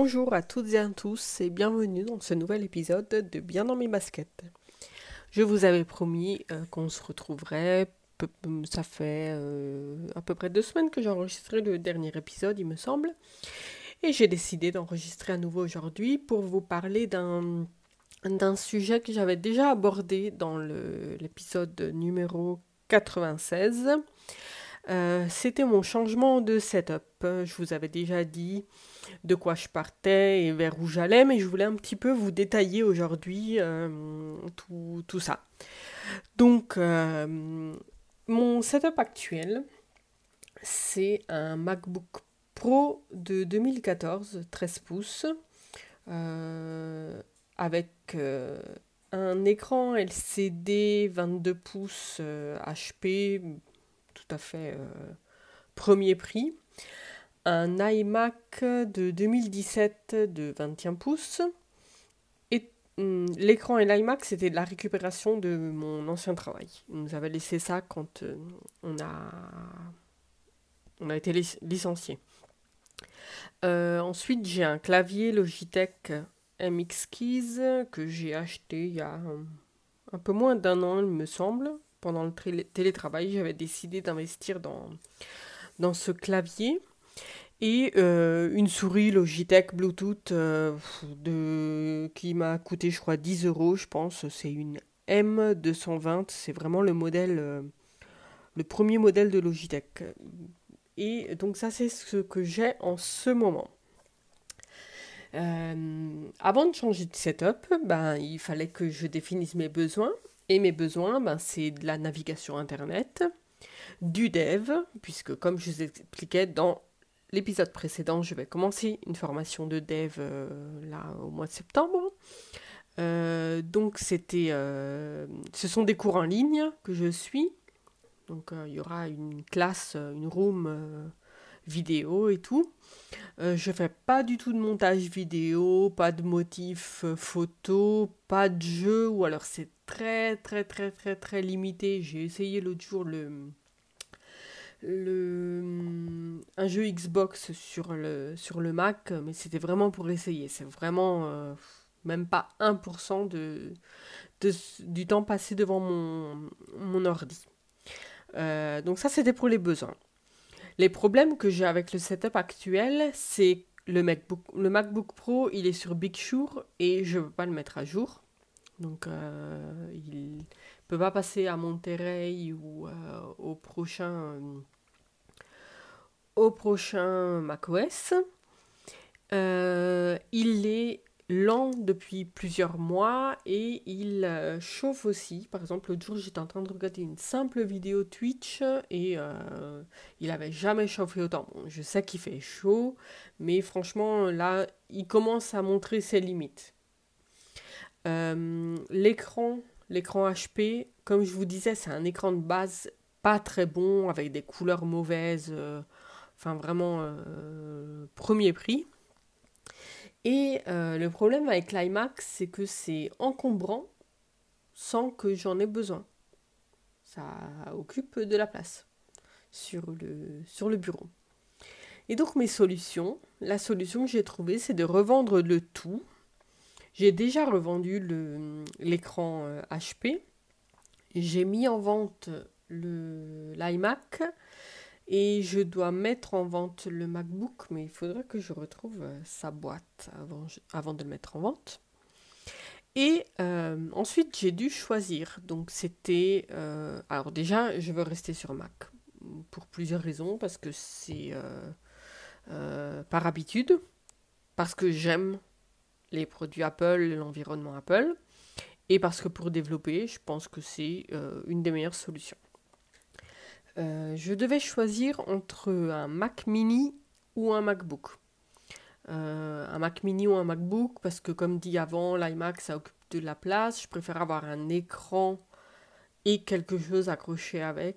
Bonjour à toutes et à tous et bienvenue dans ce nouvel épisode de Bien dans mes baskets. Je vous avais promis qu'on se retrouverait, ça fait à peu près 2 semaines que j'ai enregistré le dernier épisode il me semble, et j'ai décidé d'enregistrer à nouveau aujourd'hui pour vous parler d'un sujet que j'avais déjà abordé dans l'épisode numéro 96. C'était mon changement de setup. Je vous avais déjà dit de quoi je partais et vers où j'allais, mais je voulais un petit peu vous détailler aujourd'hui tout ça. Donc, mon setup actuel, c'est un MacBook Pro de 2014, 13 pouces, euh, avec un écran LCD 22 pouces HP, tout à fait premier prix, un iMac de 2017 de 21 pouces. Et l'écran et l'iMac, c'était de la récupération de mon ancien travail. Ils nous avaient laissé ça quand on, a, on a été licencié. Ensuite, j'ai un clavier Logitech MX Keys que j'ai acheté il y a un peu moins d'1 an, il me semble. Pendant le télétravail, j'avais décidé d'investir dans ce clavier. Et une souris Logitech Bluetooth qui m'a coûté, je crois, 10 euros, je pense. C'est une M220. C'est vraiment le premier modèle de Logitech. Et donc ça, c'est ce que j'ai en ce moment. Avant de changer de setup, ben, il fallait que je définisse mes besoins. Et mes besoins, ben, c'est de la navigation Internet, du dev, puisque comme je vous expliquais dans l'épisode précédent, je vais commencer une formation de dev là au mois de septembre. Donc ce sont des cours en ligne que je suis. Donc il y aura une classe, une room vidéo et tout. Je fais pas du tout de montage vidéo, pas de motifs photo, pas de jeu, ou alors c'est très très très très très limité. J'ai essayé l'autre jour un jeu Xbox sur le Mac, mais c'était vraiment pour essayer. C'est vraiment même pas 1% du temps passé devant mon ordi. Donc ça, c'était pour les besoins. Les problèmes que j'ai avec le setup actuel, c'est le MacBook Pro, il est sur Big Sur et je ne veux pas le mettre à jour. Donc il ne peut pas passer à Monterey ou au prochain macOS. Il est lent depuis plusieurs mois et il chauffe aussi. Par exemple, l'autre jour, j'étais en train de regarder une simple vidéo Twitch et il avait jamais chauffé autant. Bon, je sais qu'il fait chaud, mais franchement, là, il commence à montrer ses limites. L'écran HP, comme je vous disais, c'est un écran de base pas très bon, avec des couleurs mauvaises, enfin vraiment premier prix. Et le problème avec l'iMac, c'est que c'est encombrant sans que j'en ai besoin. Ça occupe de la place sur le bureau. Et donc la solution que j'ai trouvée, c'est de revendre le tout. J'ai déjà revendu l'écran HP. J'ai mis en vente l'iMac et je dois mettre en vente le MacBook, mais il faudrait que je retrouve sa boîte avant de le mettre en vente. Et ensuite, j'ai dû choisir. Donc, c'était... alors déjà, je veux rester sur Mac. Pour plusieurs raisons. Parce que c'est par habitude. Parce que j'aime les produits Apple, l'environnement Apple. Et parce que pour développer, je pense que c'est une des meilleures solutions. Je devais choisir entre un Mac mini ou un MacBook. Un Mac mini ou un MacBook, parce que comme dit avant, l'iMac ça occupe de la place. Je préfère avoir un écran et quelque chose accroché avec.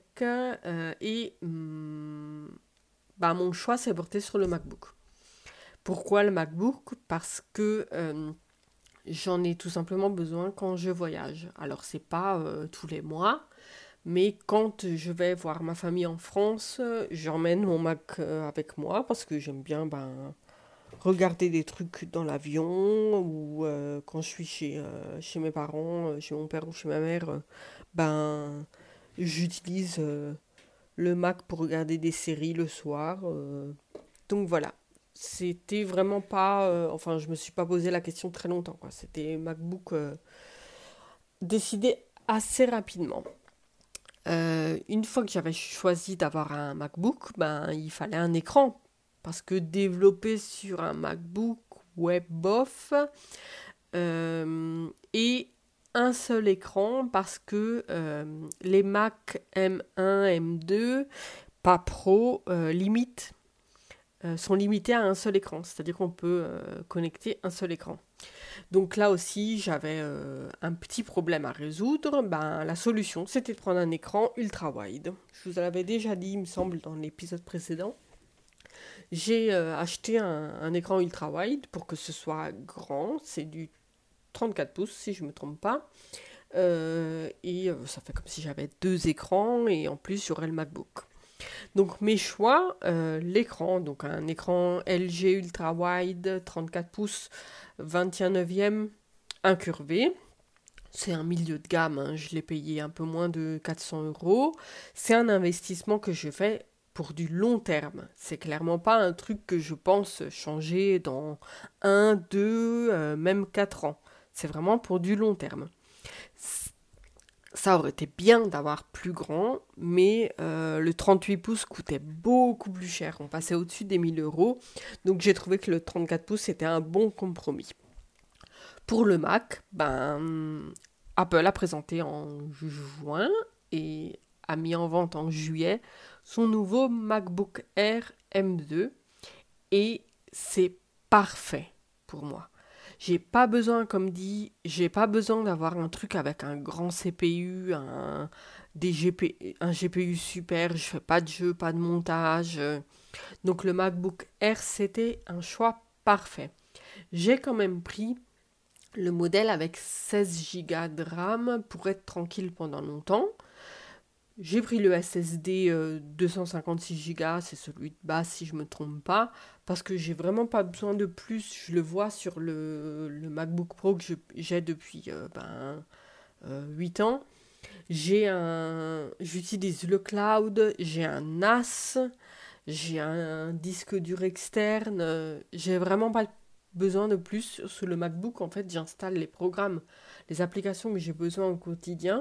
Bah, mon choix s'est porté sur le MacBook. Pourquoi le MacBook? Parce que j'en ai tout simplement besoin quand je voyage. Alors c'est pas tous les mois, mais quand je vais voir ma famille en France, j'emmène mon Mac avec moi parce que j'aime bien ben, regarder des trucs dans l'avion ou quand je suis chez mes parents, chez mon père ou chez ma mère, ben j'utilise le Mac pour regarder des séries le soir. Donc voilà. C'était vraiment pas. Enfin, je me suis pas posé la question très longtemps, quoi. C'était MacBook décidé assez rapidement. Une fois que j'avais choisi d'avoir un MacBook, ben, il fallait un écran. Parce que développer sur un MacBook, ouais, bof. Et un seul écran parce que les Mac M1, M2, pas Pro, sont limités à un seul écran. C'est-à-dire qu'on peut connecter un seul écran. Donc là aussi, j'avais un petit problème à résoudre. Ben, la solution, c'était de prendre un écran ultra wide. Je vous l'avais déjà dit, il me semble, dans l'épisode précédent. J'ai acheté un écran ultra wide pour que ce soit grand. C'est du 34 pouces, si je ne me trompe pas. Ça fait comme si j'avais deux écrans et en plus j'aurais le MacBook. Donc mes choix, l'écran, donc un écran LG ultra wide 34 pouces 21 neuvième incurvé. C'est un milieu de gamme, hein, je l'ai payé un peu moins de 400 euros. C'est un investissement que je fais pour du long terme. C'est clairement pas un truc que je pense changer dans un, 2, même 4 ans. C'est vraiment pour du long terme. Ça aurait été bien d'avoir plus grand, mais le 38 pouces coûtait beaucoup plus cher. On passait au-dessus des 1000 euros. Donc j'ai trouvé que le 34 pouces était un bon compromis. Pour le Mac, ben, Apple a présenté en juin et a mis en vente en juillet son nouveau MacBook Air M2 et c'est parfait pour moi. J'ai pas besoin, comme dit, j'ai pas besoin d'avoir un truc avec un grand CPU, un GPU super, je fais pas de jeu, pas de montage. Donc le MacBook Air, c'était un choix parfait. J'ai quand même pris le modèle avec 16 Go de RAM pour être tranquille pendant longtemps. J'ai pris le SSD 256 Go, c'est celui de base si je ne me trompe pas, parce que j'ai vraiment pas besoin de plus. Je le vois sur le MacBook Pro que j'ai depuis 8 ans. J'utilise le cloud, j'ai un NAS, j'ai un disque dur externe, j'ai vraiment pas besoin de plus sur le MacBook. En fait, j'installe les programmes, les applications que j'ai besoin au quotidien.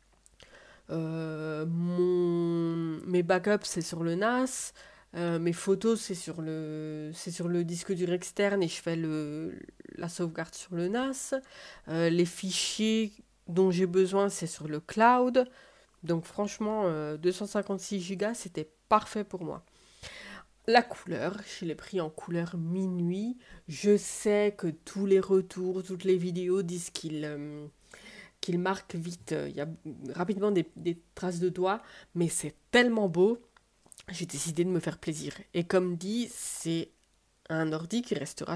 Mes backups, c'est sur le NAS. Mes photos, c'est sur le disque dur externe et je fais la sauvegarde sur le NAS. Les fichiers dont j'ai besoin, c'est sur le cloud. Donc franchement, 256 Go, c'était parfait pour moi. La couleur, je l'ai pris en couleur minuit. Je sais que tous les retours, toutes les vidéos disent qu'il marque vite. Il y a rapidement des traces de doigts, mais c'est tellement beau. J'ai décidé de me faire plaisir. Et comme dit, c'est un ordi qui restera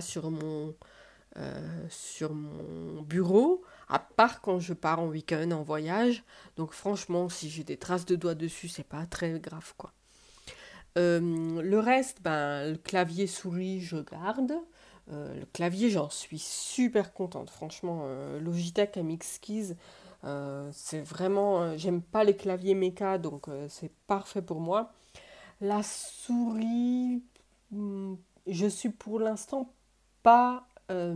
sur mon bureau, à part quand je pars en week-end, en voyage. Donc franchement, si j'ai des traces de doigts dessus, c'est pas très grave, quoi. Le reste, ben, le clavier souris, je garde. Le clavier, j'en suis super contente. Franchement, Logitech MX Keys, c'est vraiment. J'aime pas les claviers méca, donc c'est parfait pour moi. La souris, je suis pour l'instant pas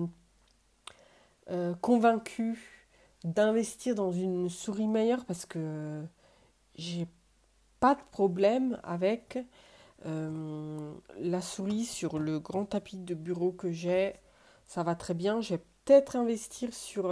convaincue d'investir dans une souris meilleure parce que j'ai pas de problème avec la souris sur le grand tapis de bureau que j'ai, ça va très bien. Je vais peut-être investir sur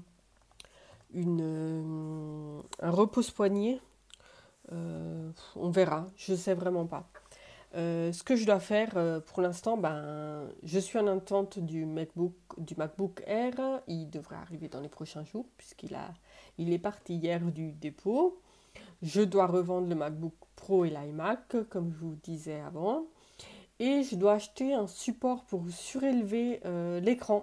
un repose-poignet. On verra, je sais vraiment pas. Ce que je dois faire pour l'instant, ben, je suis en attente du MacBook Air. Il devrait arriver dans les prochains jours il est parti hier du dépôt. Je dois revendre le MacBook Pro et l'iMac, comme je vous disais avant. Et je dois acheter un support pour surélever l'écran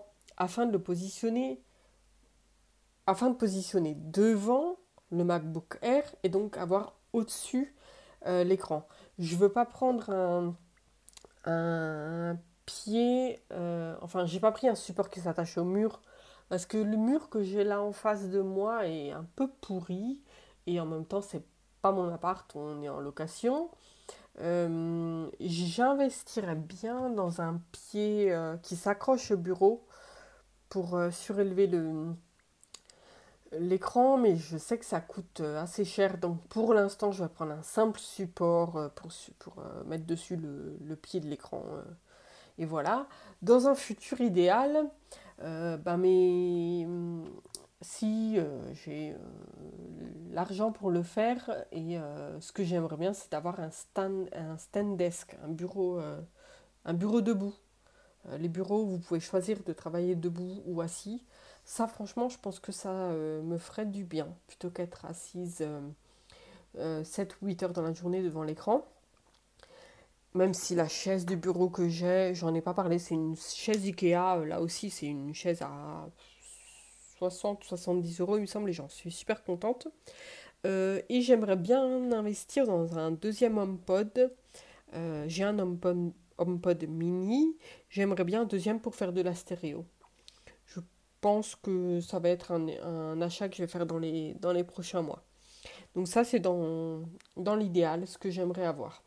afin de positionner devant le MacBook Air et donc avoir au-dessus l'écran. Je ne veux pas prendre un pied, enfin j'ai pas pris un support qui s'attache au mur, parce que le mur que j'ai là en face de moi est un peu pourri, et en même temps c'est pas mon appart, on est en location. J'investirais bien dans un pied qui s'accroche au bureau pour surélever l'écran, mais je sais que ça coûte assez cher. Donc pour l'instant, je vais prendre un simple support pour mettre dessus le pied de l'écran. Et voilà. Dans un futur idéal, si j'ai l'argent pour le faire, et ce que j'aimerais bien, c'est d'avoir un stand desk, un bureau debout. Les bureaux où vous pouvez choisir de travailler debout ou assis. Ça, franchement, je pense que ça me ferait du bien, plutôt qu'être assise 7 ou 8 heures dans la journée devant l'écran. Même si la chaise de bureau que j'ai, j'en ai pas parlé, c'est une chaise Ikea. Là aussi, c'est une chaise à 60 ou 70 euros, il me semble, et j'en suis super contente. Et j'aimerais bien investir dans un deuxième HomePod. J'ai un HomePod mini. J'aimerais bien un deuxième pour faire de la stéréo. Je pense que ça va être un achat que je vais faire dans les prochains mois. Donc ça, c'est dans l'idéal, ce que j'aimerais avoir.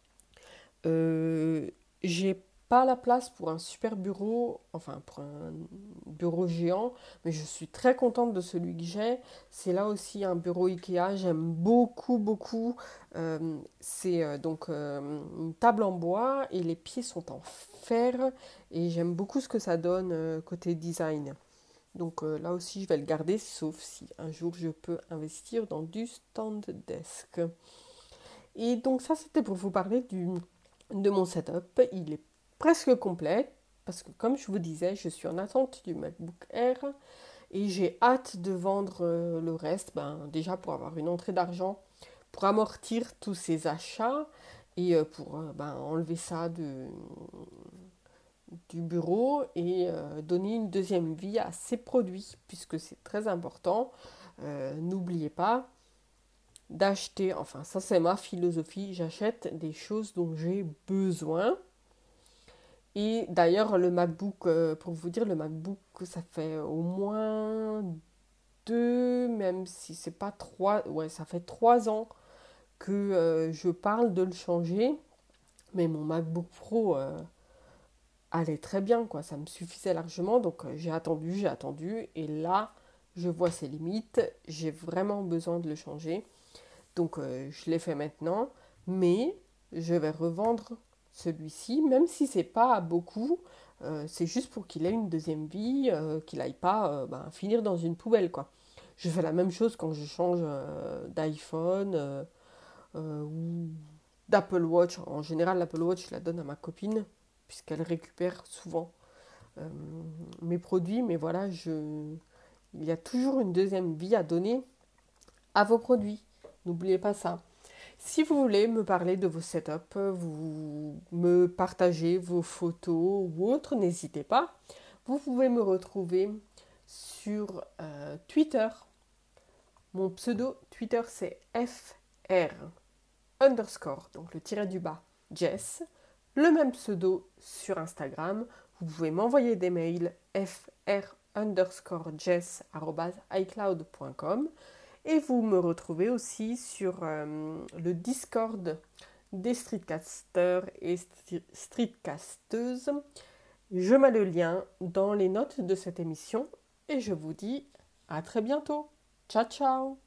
Euh, j'ai pas la place pour un super bureau, enfin pour un bureau géant, mais je suis très contente de celui que j'ai. C'est là aussi un bureau Ikea, j'aime beaucoup, beaucoup. C'est une table en bois et les pieds sont en fer et j'aime beaucoup ce que ça donne côté design. Donc là aussi, je vais le garder, sauf si un jour je peux investir dans du stand desk. Et donc ça, c'était pour vous parler de mon setup. Il est presque complet, parce que comme je vous disais, je suis en attente du MacBook Air, et j'ai hâte de vendre le reste, déjà pour avoir une entrée d'argent, pour amortir tous ces achats, et pour enlever ça du bureau et donner une deuxième vie à ces produits, puisque c'est très important. N'oubliez pas d'acheter, enfin ça c'est ma philosophie, j'achète des choses dont j'ai besoin. Et d'ailleurs le MacBook, pour vous dire, le MacBook, ça fait au moins deux, même si c'est pas trois, ouais ça fait 3 ans que je parle de le changer. Mais mon MacBook Pro allait très bien, quoi, ça me suffisait largement, donc j'ai attendu, et là je vois ses limites, j'ai vraiment besoin de le changer. Donc je l'ai fait maintenant, mais je vais revendre celui-ci, même si c'est pas beaucoup, c'est juste pour qu'il ait une deuxième vie, qu'il aille pas finir dans une poubelle, quoi. Je fais la même chose quand je change d'iPhone ou d'Apple Watch. En général, l'Apple Watch, je la donne à ma copine, puisqu'elle récupère souvent euh, mes produits, mais voilà, il y a toujours une deuxième vie à donner à vos produits. N'oubliez pas ça. Si vous voulez me parler de vos setups, vous me partagez vos photos ou autres, n'hésitez pas. Vous pouvez me retrouver sur Twitter. Mon pseudo Twitter c'est FR underscore, donc le tiret du bas, Jess. Le même pseudo sur Instagram. Vous pouvez m'envoyer des mails fr underscore jess @icloud.com. Et vous me retrouvez aussi sur le Discord des streetcasters et streetcasteuses. Je mets le lien dans les notes de cette émission et je vous dis à très bientôt. Ciao ciao.